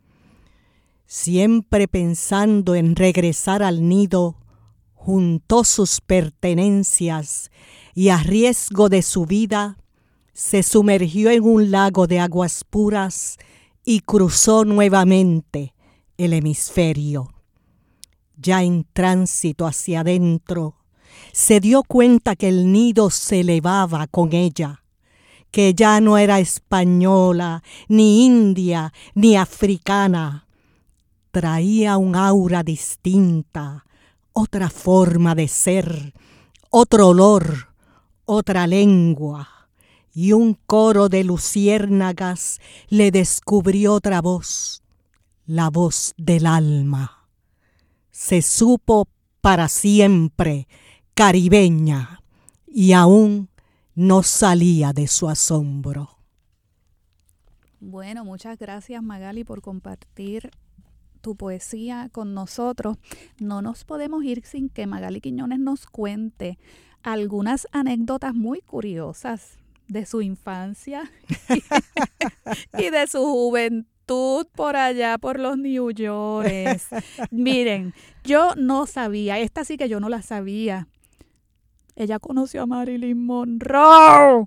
Siempre pensando en regresar al nido, juntó sus pertenencias y a riesgo de su vida, se sumergió en un lago de aguas puras y cruzó nuevamente el hemisferio. Ya en tránsito hacia adentro, se dio cuenta que el nido se elevaba con ella, que ya no era española, ni india, ni africana. Traía un aura distinta, otra forma de ser, otro olor, otra lengua. Y un coro de luciérnagas le descubrió otra voz, la voz del alma. Se supo para siempre caribeña y aún no salía de su asombro. Bueno, muchas gracias, Magali, por compartir tu poesía con nosotros. No nos podemos ir sin que Magali Quiñones nos cuente algunas anécdotas muy curiosas de su infancia y de su juventud por allá, por los New York. Miren, yo no sabía, esta sí que yo no la sabía. ella conoció a Marilyn Monroe.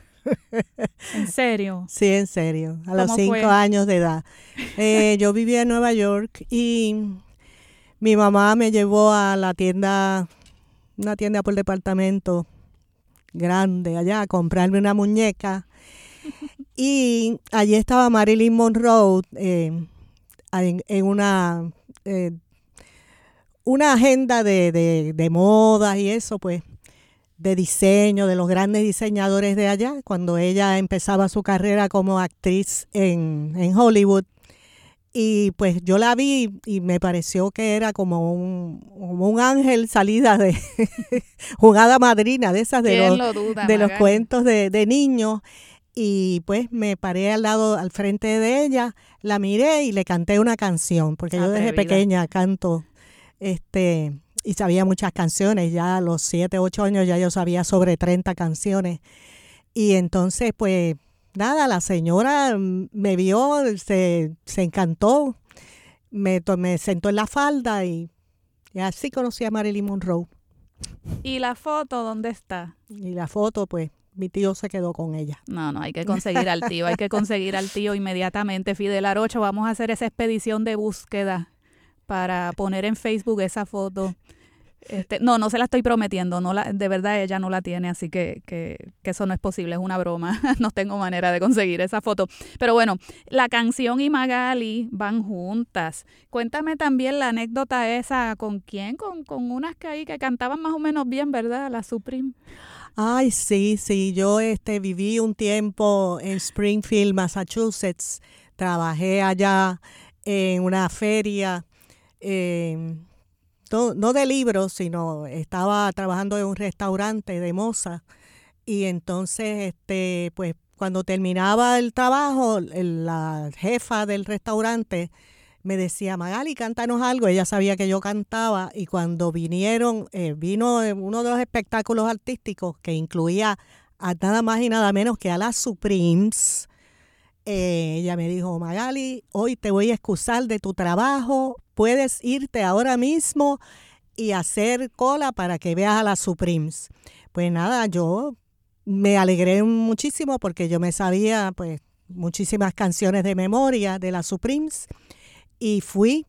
¿En serio? Sí, en serio, a los ¿Cómo cinco fue? años de edad. Eh, yo vivía en Nueva York y mi mamá me llevó a la tienda, una tienda por departamento grande allá, a comprarme una muñeca. Y allí estaba Marilyn Monroe eh, en, en una, eh, una agenda de, de, de modas y eso, pues, de diseño, de los grandes diseñadores de allá, cuando ella empezaba su carrera como actriz en, en Hollywood. Y pues yo la vi y me pareció que era como un, como un ángel salida de jugada madrina, de esas de, ¿Quién los, lo duda, de los Magali? cuentos de, de niños. Y pues me paré al lado, al frente de ella, la miré y le canté una canción, porque yo desde Atrevida. pequeña canto, este, y sabía muchas canciones. Ya a los siete, ocho años ya yo sabía sobre treinta canciones. Y entonces, pues, nada, la señora mm, me vio, se, se encantó, me, to- me sentó en la falda y, y así conocí a Marilyn Monroe. ¿Y la foto dónde está? Y la foto, pues, mi tío se quedó con ella. No, no, hay que conseguir al tío, hay que conseguir al tío inmediatamente. Fidel Arocho, vamos a hacer esa expedición de búsqueda para poner en Facebook esa foto. Este, no, no se la estoy prometiendo, no la, de verdad ella no la tiene, así que, que, que eso no es posible, es una broma. No tengo manera de conseguir esa foto. Pero bueno, la canción y Magali van juntas. Cuéntame también la anécdota esa, ¿con quién? Con, con unas que ahí que cantaban más o menos bien, ¿verdad? La Supreme. Ay, sí, sí, yo este, viví un tiempo en Springfield, Massachusetts. Trabajé allá en una feria, eh, no, no de libros, sino estaba trabajando en un restaurante de moza. Y entonces, este, pues cuando terminaba el trabajo, el- la jefa del restaurante me decía, Magali, cántanos algo. Ella sabía que yo cantaba y cuando vinieron, eh, vino eh, uno de los espectáculos artísticos que incluía a nada más y nada menos que a las Supremes. Eh, ella me dijo, Magali, hoy te voy a excusar de tu trabajo, puedes irte ahora mismo y hacer cola para que veas a las Supremes. Pues nada, yo me alegré muchísimo porque yo me sabía pues muchísimas canciones de memoria de las Supremes y fui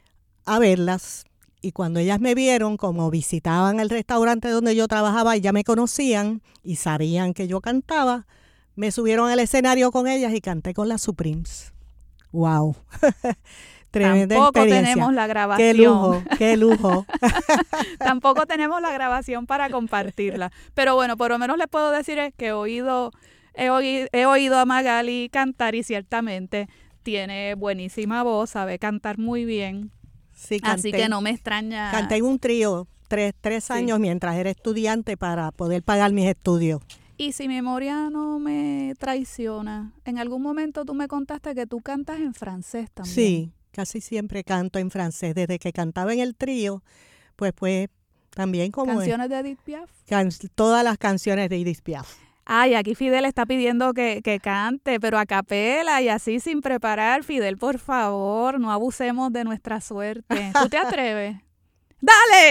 a verlas. Y cuando ellas me vieron, como visitaban el restaurante donde yo trabajaba y ya me conocían y sabían que yo cantaba, me subieron al escenario con ellas y canté con las Supremes. ¡Wow! Tremenda Tampoco experiencia. tenemos la grabación. ¡Qué lujo! ¡Qué lujo! Tampoco tenemos la grabación para compartirla. Pero bueno, por lo menos les puedo decir es que he oído, he oído, he oído a Magali cantar y ciertamente tiene buenísima voz, sabe cantar muy bien. Sí, canté, Así que no me extraña. canté en un trío tres, tres Sí. años mientras era estudiante para poder pagar mis estudios. Y si mi memoria no me traiciona, en algún momento tú me contaste que tú cantas en francés también. Sí, casi siempre canto en francés. Desde que cantaba en el trío, pues pues también como ¿Canciones de Edith Piaf? can- todas las canciones de Edith Piaf. Ay, aquí Fidel está pidiendo que, que cante, pero a capela y así sin preparar. Fidel, por favor, no abusemos de nuestra suerte. ¿Tú te atreves? ¡Dale!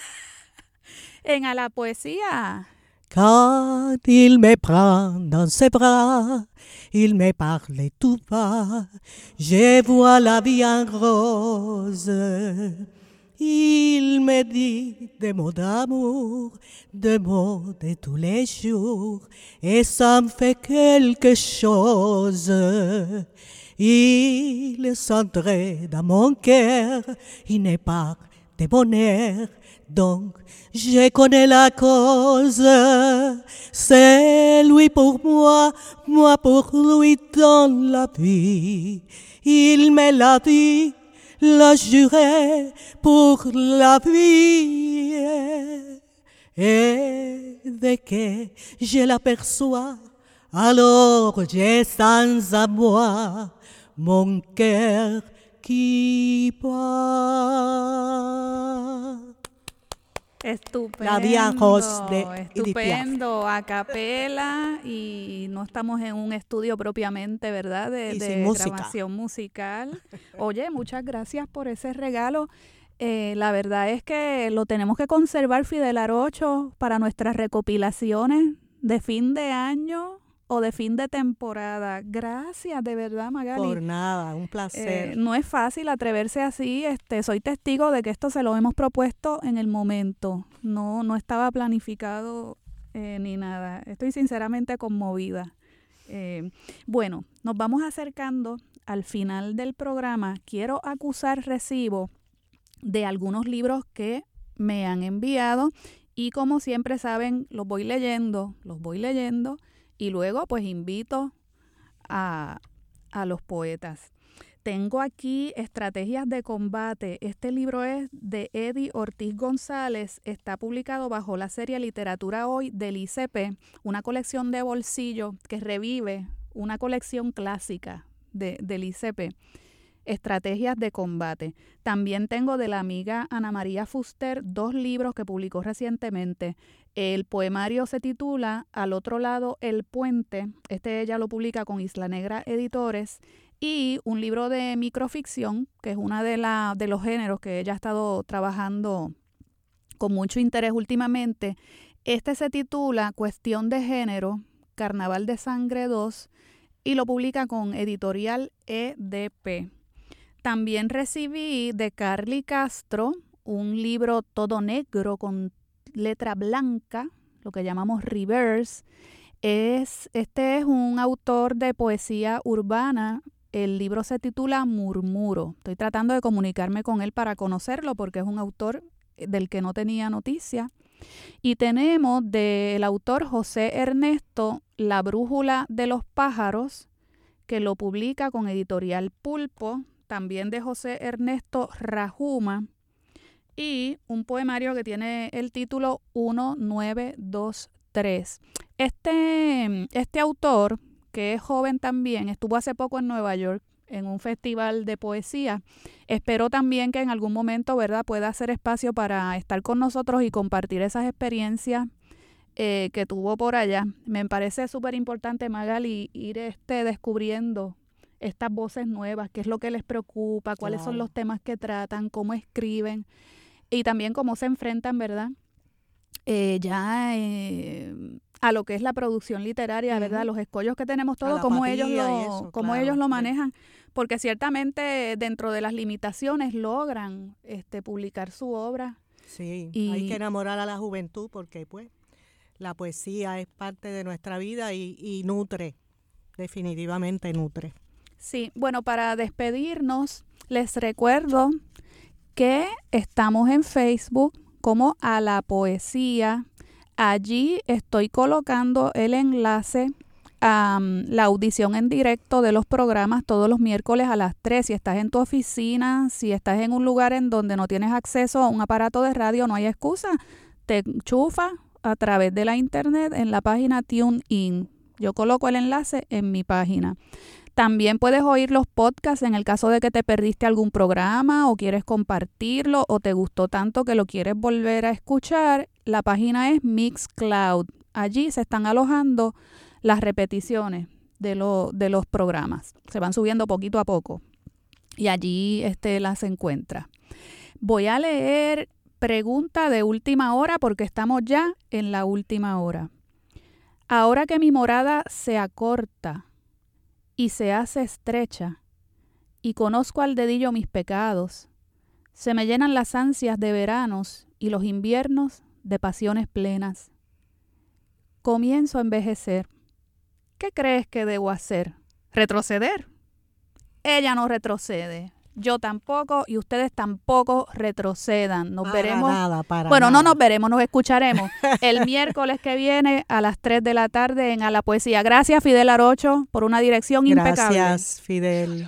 En A la Poesía. Quand il me prend dans ses bras, il me parle tout bas, je vois la vie en rose. Il me dit des mots d'amour, des mots de tous les jours, et ça me fait quelque chose. Il s'entraîne dans mon cœur, il n'est pas de bonheur, donc je connais la cause. C'est lui pour moi, moi pour lui dans la vie. Il me l'a dit, l'a juré pour la vie. Et dès que je l'aperçois, alors je sens à moi mon cœur qui bat. Estupendo. La Vie en Rose de Edith Piaf. Estupendo, a capela y no estamos en un estudio propiamente, ¿verdad? De, Y de sin música. grabación musical. Oye, muchas gracias por ese regalo. Eh, la verdad es que lo tenemos que conservar, Fidel Arocho, para nuestras recopilaciones de fin de año o de fin de temporada. Gracias, de verdad, Magali. Por nada, un placer. Eh, no es fácil atreverse así. Este, soy testigo de que esto se lo hemos propuesto en el momento. No, no estaba planificado eh, ni nada. Estoy sinceramente conmovida. Eh, bueno, nos vamos acercando al final del programa. Quiero acusar recibo de algunos libros que me han enviado y como siempre saben, los voy leyendo, los voy leyendo y luego pues invito a, a los poetas. Tengo aquí Estrategias de Combate. Este libro es de Eddie Ortiz González. Está publicado bajo la serie Literatura Hoy del I C P, una colección de bolsillo que revive una colección clásica de, del I C P. Estrategias de Combate. También tengo de la amiga Ana María Fuster dos libros que publicó recientemente. El poemario se titula Al otro lado el puente. Este ella lo publica con Isla Negra Editores. Y un libro de microficción, que es uno de, la, de los géneros que ella ha estado trabajando con mucho interés últimamente. Este se titula Cuestión de Género, Carnaval de Sangre dos, y lo publica con Editorial E D P. También recibí de Carly Castro un libro todo negro con letra blanca, lo que llamamos reverse. Es, este es un autor de poesía urbana. El libro se titula Murmuro. Estoy tratando de comunicarme con él para conocerlo porque es un autor del que no tenía noticia. Y tenemos del autor José Ernesto La Brújula de los Pájaros, que lo publica con Editorial Pulpo. También de José Ernesto Rajuma, y un poemario que tiene el título uno nueve dos tres. Este, este autor, que es joven también, estuvo hace poco en Nueva York en un festival de poesía. Espero también que en algún momento, ¿verdad?, pueda hacer espacio para estar con nosotros y compartir esas experiencias eh, que tuvo por allá. Me parece súper importante, Magali, ir este, descubriendo estas voces nuevas, qué es lo que les preocupa, cuáles claro. son los temas que tratan, cómo escriben y también cómo se enfrentan, ¿verdad? Eh, ya eh, a lo que es la producción literaria, uh-huh. ¿verdad? Los escollos que tenemos todos, cómo ellos lo, eso, cómo claro. ellos lo manejan, porque ciertamente dentro de las limitaciones logran este, publicar su obra. Sí, y, hay que enamorar a la juventud porque pues la poesía es parte de nuestra vida y, y nutre, definitivamente nutre. Sí, bueno, para despedirnos, les recuerdo que estamos en Facebook como A la Poesía. Allí estoy colocando el enlace a um, la audición en directo de los programas todos los miércoles a las tres. Si estás en tu oficina, si estás en un lugar en donde no tienes acceso a un aparato de radio, no hay excusa. Te enchufas a través de la internet en la página TuneIn. Yo coloco el enlace en mi página. También puedes oír los podcasts en el caso de que te perdiste algún programa o quieres compartirlo o te gustó tanto que lo quieres volver a escuchar. La página es Mixcloud. Allí se están alojando las repeticiones de, lo, de los programas. Se van subiendo poquito a poco y allí este, las encuentras. Voy a leer pregunta de última hora porque estamos ya en la última hora. Ahora que mi morada se acorta y se hace estrecha, y conozco al dedillo mis pecados, se me llenan las ansias de veranos y los inviernos de pasiones plenas. Comienzo a envejecer. ¿Qué crees que debo hacer? ¿Retroceder? Ella no retrocede. Yo tampoco y ustedes tampoco retrocedan. Nos para veremos. Nada, para bueno, nada. no nos veremos, nos escucharemos el miércoles que viene a las tres de la tarde en A la Poesía. Gracias, Fidel Arocho, por una dirección Gracias, impecable. Gracias, Fidel.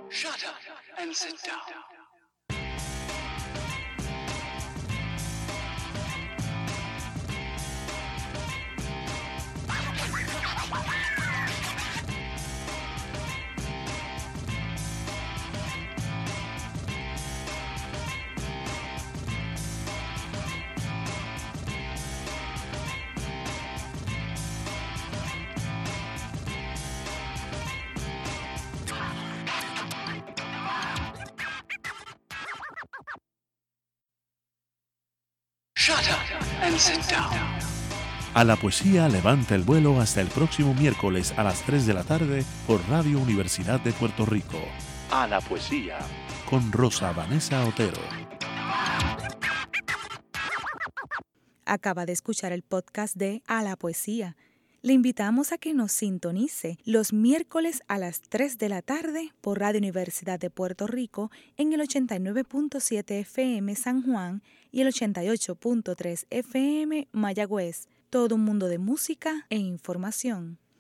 Shut up and sit down. Shut up and sit down. A la Poesía levanta el vuelo hasta el próximo miércoles a las tres de la tarde por Radio Universidad de Puerto Rico. A la Poesía con Rosa Vanessa Otero. Acaba de escuchar el podcast de A la Poesía. Le invitamos a que nos sintonice los miércoles a las tres de la tarde por Radio Universidad de Puerto Rico en el ochenta y nueve punto siete F M San Juan y el ochenta y ocho punto tres F M Mayagüez. Todo un mundo de música e información.